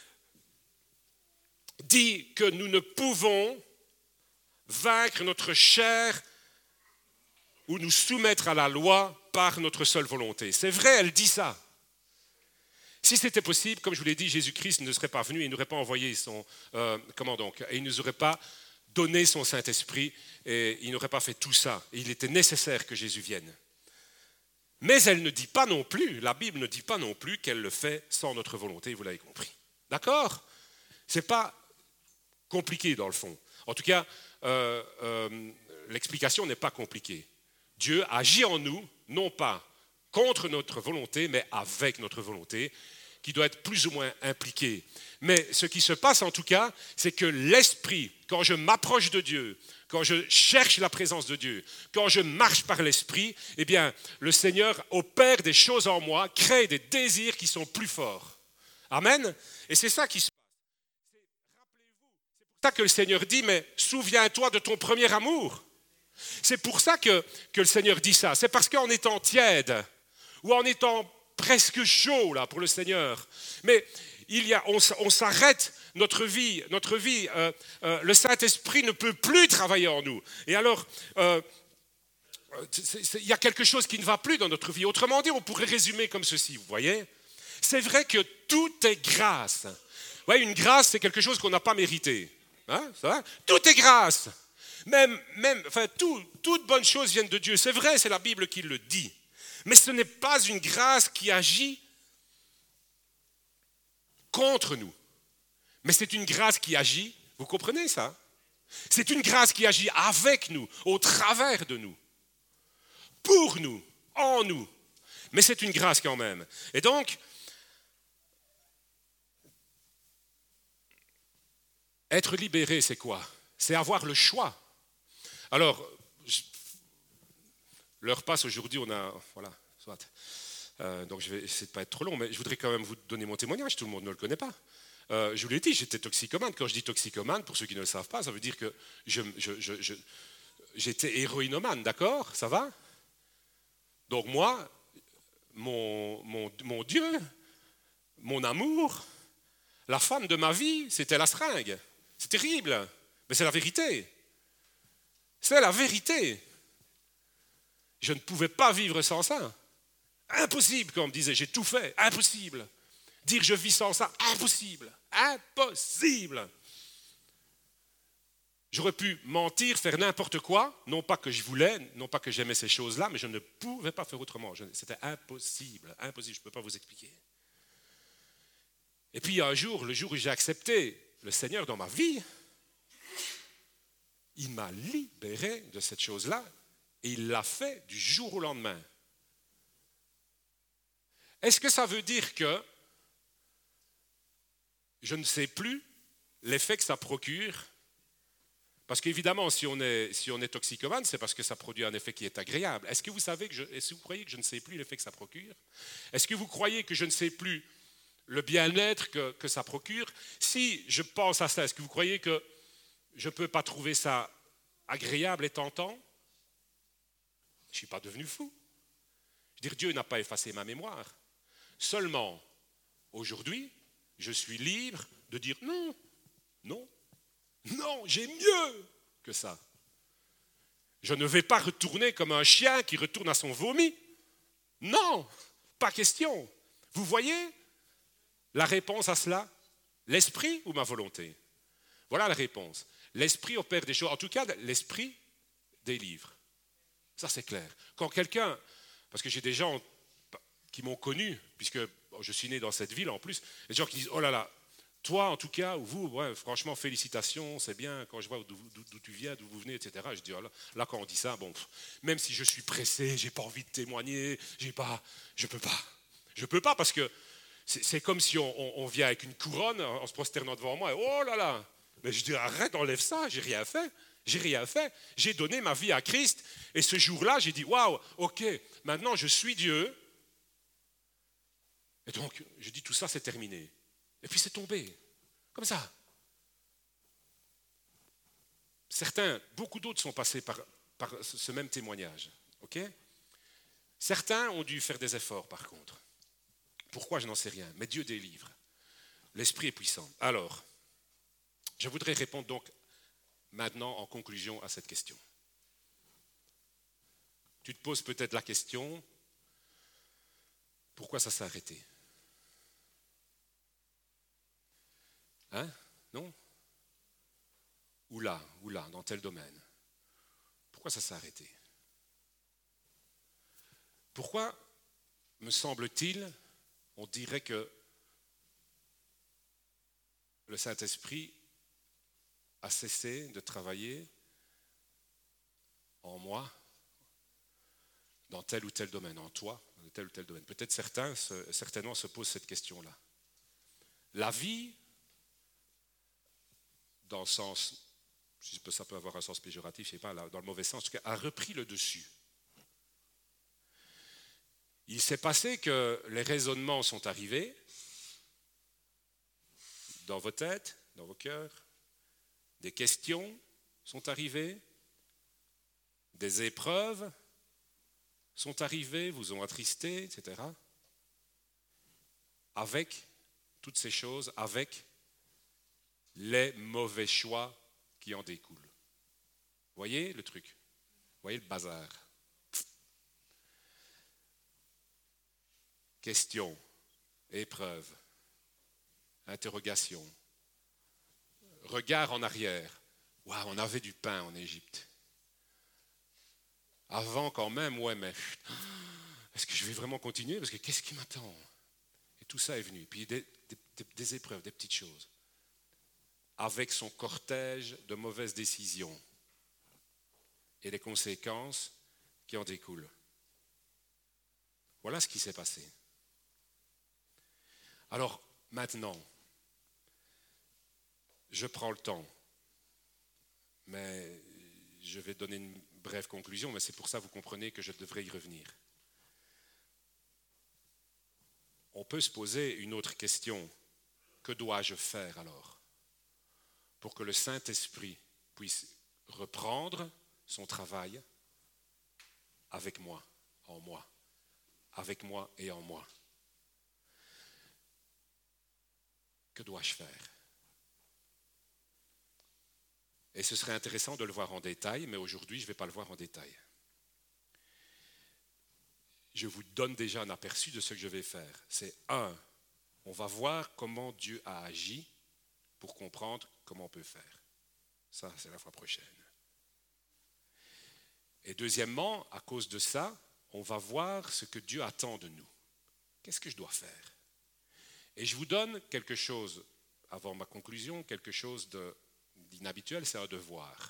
Speaker 1: dit que nous ne pouvons vaincre notre chair ou nous soumettre à la loi par notre seule volonté. C'est vrai, elle dit ça. Si c'était possible, comme je vous l'ai dit, Jésus-Christ ne serait pas venu, il n'aurait pas envoyé son... Euh, comment donc? Et il ne nous aurait pas donné son Saint-Esprit, et il n'aurait pas fait tout ça. Et il était nécessaire que Jésus vienne. Mais elle ne dit pas non plus, la Bible ne dit pas non plus qu'elle le fait sans notre volonté, vous l'avez compris. D'accord? Ce n'est pas compliqué dans le fond. En tout cas, euh, euh, l'explication n'est pas compliquée. Dieu agit en nous, non pas contre notre volonté, mais avec notre volonté, qui doit être plus ou moins impliquée. Mais ce qui se passe en tout cas, c'est que l'esprit, quand je m'approche de Dieu, quand je cherche la présence de Dieu, quand je marche par l'esprit, eh bien, le Seigneur opère des choses en moi, crée des désirs qui sont plus forts. Amen. Et c'est ça qui se passe. Rappelez-vous, c'est pour ça que le Seigneur dit, mais souviens-toi de ton premier amour. C'est pour ça que, que le Seigneur dit ça. C'est parce qu'en étant tiède ou en étant presque chaud là, pour le Seigneur, mais il y a, on, on s'arrête, notre vie, notre vie euh, euh, le Saint-Esprit ne peut plus travailler en nous. Et alors, euh, c'est, c'est, il y a quelque chose qui ne va plus dans notre vie. Autrement dit, on pourrait résumer comme ceci, vous voyez. C'est vrai que tout est grâce. Vous voyez, une grâce, c'est quelque chose qu'on n'a pas mérité. Hein, ça va? Tout est grâce. Même, même, enfin, tout, toutes bonnes choses viennent de Dieu. C'est vrai, c'est la Bible qui le dit. Mais ce n'est pas une grâce qui agit contre nous. Mais c'est une grâce qui agit, vous comprenez ça? C'est une grâce qui agit avec nous, au travers de nous, pour nous, en nous. Mais c'est une grâce quand même. Et donc, être libéré, c'est quoi? C'est avoir le choix. Alors, je, l'heure passe, aujourd'hui on a... Voilà, soit. Euh, donc je vais essayer de ne pas être trop long, mais je voudrais quand même vous donner mon témoignage, tout le monde ne le connaît pas. Euh, je vous l'ai dit, j'étais toxicomane. Quand je dis toxicomane, pour ceux qui ne le savent pas, ça veut dire que je, je, je, je, j'étais héroïnomane, d'accord? Ça va? Donc moi, mon, mon, mon Dieu, mon amour, la femme de ma vie, c'était la seringue. C'est terrible, mais c'est la vérité. C'est la vérité. Je ne pouvais pas vivre sans ça. Impossible, comme on me disait, j'ai tout fait, impossible. Dire je vis sans ça, impossible, impossible. J'aurais pu mentir, faire n'importe quoi, non pas que je voulais, non pas que j'aimais ces choses-là, mais je ne pouvais pas faire autrement. C'était impossible, impossible, je ne peux pas vous expliquer. Et puis un jour, le jour où j'ai accepté le Seigneur dans ma vie, il m'a libéré de cette chose-là et il l'a fait du jour au lendemain. Est-ce que ça veut dire que je ne sais plus l'effet que ça procure? Parce qu'évidemment, si on est, si on est toxicomane, c'est parce que ça produit un effet qui est agréable. Est-ce que vous savez que je, est-ce que vous croyez que je ne sais plus l'effet que ça procure? Est-ce que vous croyez que je ne sais plus le bien-être que, que ça procure? Si je pense à ça, est-ce que vous croyez que je ne peux pas trouver ça agréable et tentant? Je ne suis pas devenu fou. Je veux dire, Dieu n'a pas effacé ma mémoire. Seulement, aujourd'hui, je suis libre de dire non, non, non, j'ai mieux que ça. Je ne vais pas retourner comme un chien qui retourne à son vomi. Non, pas question. Vous voyez la réponse à cela? L'esprit ou ma volonté? Voilà la réponse. L'esprit opère des choses, en tout cas l'esprit délivre. Ça c'est clair. Quand quelqu'un, parce que j'ai des gens qui m'ont connu, puisque je suis né dans cette ville en plus, des gens qui disent, oh là là, toi en tout cas, ou vous, ouais, franchement félicitations, c'est bien, quand je vois d'où, d'où, d'où tu viens, d'où vous venez, et cetera. Je dis, oh là, là quand on dit ça, bon, même si je suis pressé, j'ai pas envie de témoigner, j'ai pas, je peux pas. Je peux pas parce que c'est, c'est comme si on, on, on vient avec une couronne en se prosternant devant moi, et oh là là, mais je dis, arrête, enlève ça, j'ai rien fait. J'ai rien fait, j'ai donné ma vie à Christ et ce jour-là, j'ai dit, waouh, ok, maintenant je suis Dieu. Et donc, je dis, tout ça, c'est terminé. Et puis c'est tombé, comme ça. Certains, beaucoup d'autres sont passés par, par ce même témoignage. Ok ? Certains ont dû faire des efforts, par contre. Pourquoi, je n'en sais rien. Mais Dieu délivre. L'Esprit est puissant. Alors, je voudrais répondre donc maintenant en conclusion à cette question. Tu te poses peut-être la question, pourquoi ça s'est arrêté ? Hein ? Non ? Ou là, ou là, dans tel domaine. Pourquoi ça s'est arrêté ? Pourquoi, me semble-t-il, on dirait que le Saint-Esprit a cessé de travailler en moi dans tel ou tel domaine, en toi, dans tel ou tel domaine. Peut-être certains, certainement, se posent cette question-là. La vie, dans le sens, ça peut avoir un sens péjoratif, je ne sais pas, dans le mauvais sens, en tout cas, a repris le dessus. Il s'est passé que les raisonnements sont arrivés dans vos têtes, dans vos cœurs, des questions sont arrivées, des épreuves sont arrivées, vous ont attristé, et cetera. Avec toutes ces choses, avec les mauvais choix qui en découlent. Vous voyez le truc ? Vous voyez le bazar ? Questions, épreuves, interrogations, regard en arrière. Waouh, on avait du pain en Égypte. Avant quand même, ouais, mais est-ce que je vais vraiment continuer ? Parce que qu'est-ce qui m'attend ? Et tout ça est venu. Puis des, des, des épreuves, des petites choses. Avec son cortège de mauvaises décisions et les conséquences qui en découlent. Voilà ce qui s'est passé. Alors maintenant, je prends le temps, mais je vais donner une brève conclusion, mais c'est pour ça, vous comprenez que je devrais y revenir. On peut se poser une autre question. Que dois-je faire alors pour que le Saint-Esprit puisse reprendre son travail avec moi, en moi, avec moi et en moi? Que dois-je faire? Et ce serait intéressant de le voir en détail, mais aujourd'hui, je ne vais pas le voir en détail. Je vous donne déjà un aperçu de ce que je vais faire. C'est un, on va voir comment Dieu a agi pour comprendre comment on peut faire. Ça, c'est la fois prochaine. Et deuxièmement, à cause de ça, on va voir ce que Dieu attend de nous. Qu'est-ce que je dois faire? Et je vous donne quelque chose, avant ma conclusion, quelque chose de, d'inhabituel, c'est un devoir.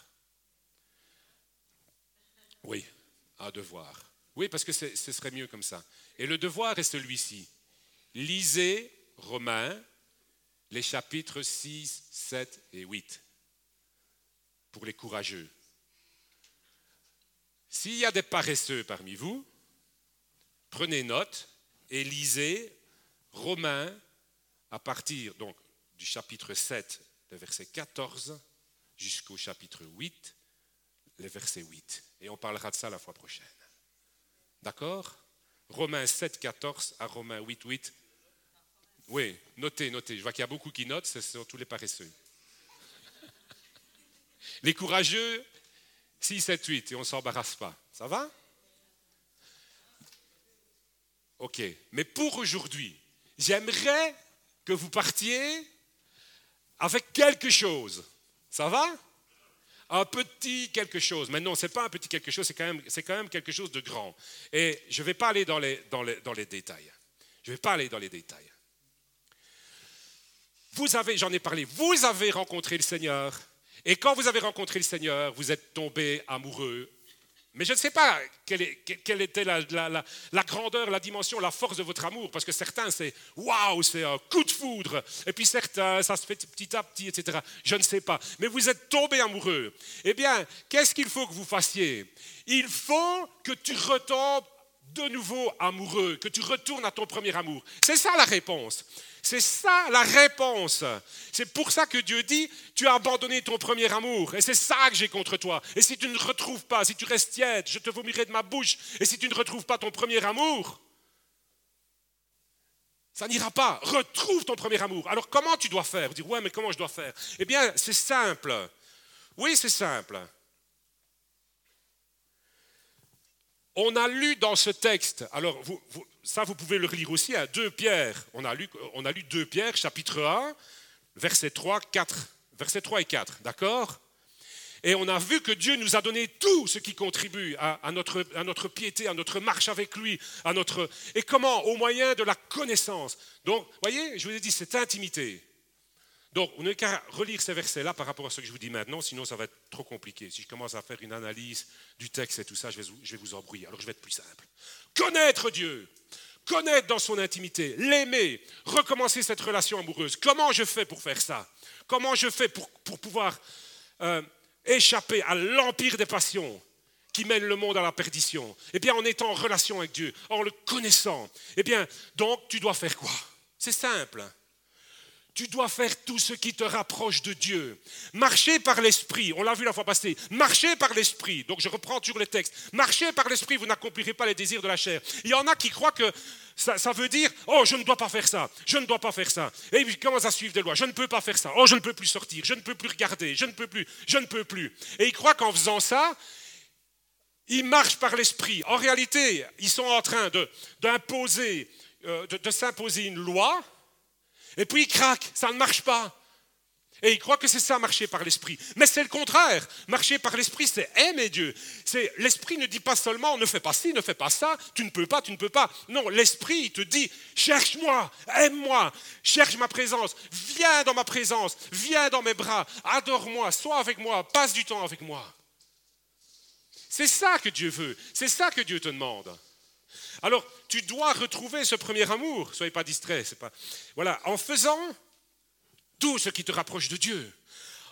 Speaker 1: Oui, un devoir. Oui, parce que c'est, ce serait mieux comme ça. Et le devoir est celui-ci. Lisez Romains, les chapitres six, sept et huit, pour les courageux. S'il y a des paresseux parmi vous, prenez note et lisez Romains à partir donc, du chapitre sept, le verset quatorze, jusqu'au chapitre huit, le verset huit. Et on parlera de ça la fois prochaine. D'accord? Romains sept, quatorze à Romains huit, huit. Oui, notez, notez. Je vois qu'il y a beaucoup qui notent, ce sont tous les paresseux. Les courageux, six, sept, huit, et on ne s'embarrasse pas. Ça va? Ok. Mais pour aujourd'hui, j'aimerais que vous partiez avec quelque chose. Ça va? Un petit quelque chose. Mais non, ce n'est pas un petit quelque chose, c'est quand même, c'est quand même quelque chose de grand. Et je ne vais pas aller dans les, dans les, dans les détails. Je ne vais pas aller dans les détails. Vous avez, j'en ai parlé, vous avez rencontré le Seigneur. Et quand vous avez rencontré le Seigneur, vous êtes tombé amoureux. Mais je ne sais pas quelle, est, quelle était la, la, la, la grandeur, la dimension, la force de votre amour. Parce que certains, c'est waouh, c'est un coup de foudre. Et puis certains, ça se fait petit à petit, et cetera. Je ne sais pas. Mais vous êtes tombé amoureux. Eh bien, qu'est-ce qu'il faut que vous fassiez? Il faut que tu retombes de nouveau amoureux, que tu retournes à ton premier amour. C'est ça la réponse. C'est ça la réponse. C'est pour ça que Dieu dit, tu as abandonné ton premier amour. Et c'est ça que j'ai contre toi. Et si tu ne retrouves pas, si tu restes tiède, je te vomirai de ma bouche. Et si tu ne retrouves pas ton premier amour, ça n'ira pas. Retrouve ton premier amour. Alors comment tu dois faire? Vous dites, ouais, mais comment je dois faire? Eh bien, c'est simple. Oui, c'est simple. On a lu dans ce texte, alors vous, vous, ça vous pouvez le relire aussi, hein, deux Pierre, on a, lu, on a lu deux Pierre, chapitre un, versets trois, quatre, versets trois et quatre, d'accord? Et on a vu que Dieu nous a donné tout ce qui contribue à, à, notre, à notre piété, à notre marche avec lui, à notre... Et comment? Au moyen de la connaissance. Donc, vous voyez, je vous ai dit, cette intimité. Donc, on n'a qu'à relire ces versets-là par rapport à ce que je vous dis maintenant, sinon ça va être trop compliqué. Si je commence à faire une analyse du texte et tout ça, je vais, je vais vous embrouiller. Alors, je vais être plus simple. Connaître Dieu, connaître dans son intimité, l'aimer, recommencer cette relation amoureuse. Comment je fais pour faire ça? Comment je fais pour, pour pouvoir euh, échapper à l'empire des passions qui mène le monde à la perdition? Eh bien, en étant en relation avec Dieu, en le connaissant. Eh bien, donc, tu dois faire quoi? C'est simple. Tu dois faire tout ce qui te rapproche de Dieu. Marcher par l'esprit, on l'a vu la fois passée. Marcher par l'esprit, donc je reprends toujours les textes. Marcher par l'esprit, vous n'accomplirez pas les désirs de la chair. Il y en a qui croient que ça, ça veut dire, oh, je ne dois pas faire ça, je ne dois pas faire ça. Et ils commencent à suivre des lois, je ne peux pas faire ça, oh, je ne peux plus sortir, je ne peux plus regarder, je ne peux plus, je ne peux plus. Et ils croient qu'en faisant ça, ils marchent par l'esprit. En réalité, ils sont en train de, d'imposer, euh, de, de s'imposer une loi. Et puis il craque, ça ne marche pas. Et il croit que c'est ça, marcher par l'esprit. Mais c'est le contraire. Marcher par l'esprit, c'est aimer Dieu. C'est, l'esprit ne dit pas seulement, ne fais pas ci, ne fais pas ça, tu ne peux pas, tu ne peux pas. Non, l'esprit, il te dit, cherche-moi, aime-moi, cherche ma présence, viens dans ma présence, viens dans mes bras, adore-moi, sois avec moi, passe du temps avec moi. C'est ça que Dieu veut, c'est ça que Dieu te demande. Alors, tu dois retrouver ce premier amour. Soyez pas distraits. C'est pas... Voilà, en faisant tout ce qui te rapproche de Dieu.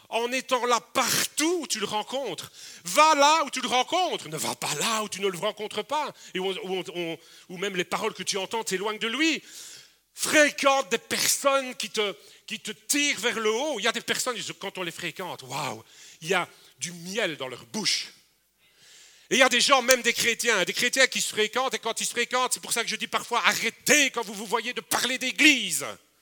Speaker 1: en étant là partout où tu le rencontres. Va là où tu le rencontres, ne va pas là où tu ne le rencontres pas, et où, où, où, où même les paroles que tu entends t'éloignent de lui. Fréquente des personnes qui te, qui te tirent vers le haut. Il y a des personnes, quand on les fréquente, waouh, il y a du miel dans leur bouche. Et il y a des gens, même des chrétiens, des chrétiens qui se fréquentent, et quand ils se fréquentent, c'est pour ça que je dis parfois, arrêtez quand vous vous voyez de parler d'église.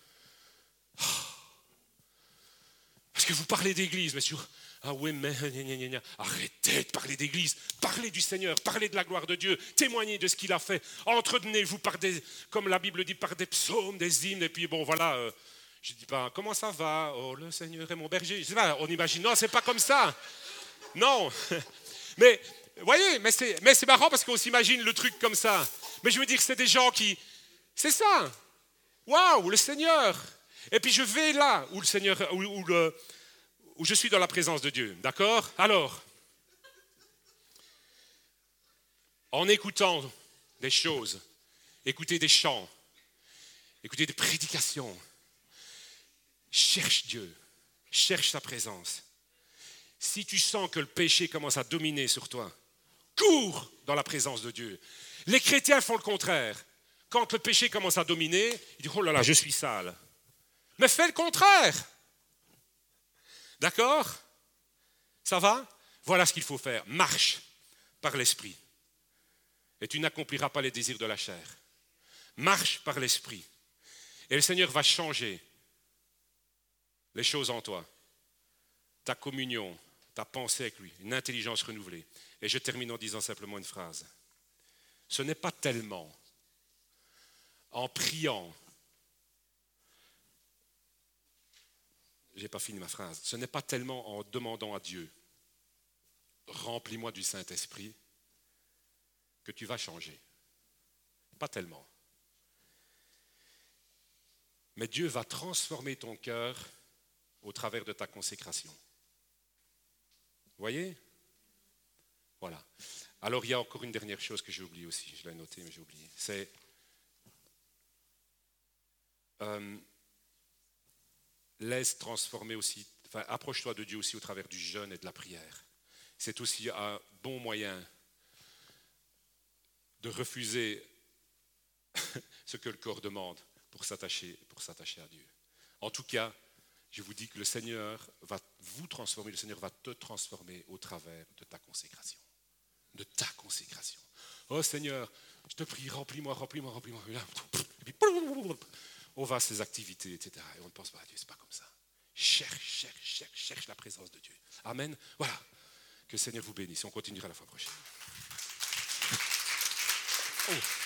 Speaker 1: Parce que vous parlez d'église, mais sur... Ah oui, mais... Arrêtez de parler d'église, parlez du Seigneur, parlez de la gloire de Dieu, témoignez de ce qu'il a fait, entretenez-vous par des, comme la Bible dit, par des psaumes, des hymnes, et puis bon, voilà, euh, je ne dis pas, comment ça va? Oh, le Seigneur est mon berger. Je sais pas, on imagine, non, c'est pas comme ça. Non, mais... Vous voyez, mais c'est, mais c'est marrant parce qu'on s'imagine le truc comme ça. Mais je veux dire, c'est des gens qui... C'est ça. Waouh, le Seigneur. Et puis je vais là où le Seigneur, où, où, le, où je suis dans la présence de Dieu. D'accord? Alors, en écoutant des choses, écouter des chants, écouter des prédications, cherche Dieu, cherche sa présence. Si tu sens que le péché commence à dominer sur toi, cours dans la présence de Dieu. Les chrétiens font le contraire. Quand le péché commence à dominer, ils disent « Oh là là, je suis sale ». Mais fais le contraire. D'accord? Ça va? Voilà ce qu'il faut faire. Marche par l'esprit. Et tu n'accompliras pas les désirs de la chair. Marche par l'esprit. Et le Seigneur va changer les choses en toi. Ta communion, ta pensée avec lui, une intelligence renouvelée. Et je termine en disant simplement une phrase. Ce n'est pas tellement en priant, je n'ai pas fini ma phrase, ce n'est pas tellement en demandant à Dieu, remplis-moi du Saint-Esprit, que tu vas changer. Pas tellement. Mais Dieu va transformer ton cœur au travers de ta consécration. Vous voyez? Voilà. Alors, il y a encore une dernière chose que j'ai oubliée aussi. Je l'ai notée, mais j'ai oublié. C'est... Euh, laisse transformer aussi... Enfin, approche-toi de Dieu aussi au travers du jeûne et de la prière. C'est aussi un bon moyen de refuser ce que le corps demande pour s'attacher, pour s'attacher à Dieu. En tout cas, je vous dis que le Seigneur va vous transformer, le Seigneur va te transformer au travers de ta consécration. De ta consécration. Oh Seigneur, je te prie, remplis-moi, remplis-moi, remplis-moi. Et puis, on va à ses activités, et cetera. Et on ne pense pas à Dieu, c'est pas comme ça. Cherche, cherche, cherche, cherche la présence de Dieu. Amen. Voilà. Que le Seigneur vous bénisse. On continuera la fois prochaine. Oh.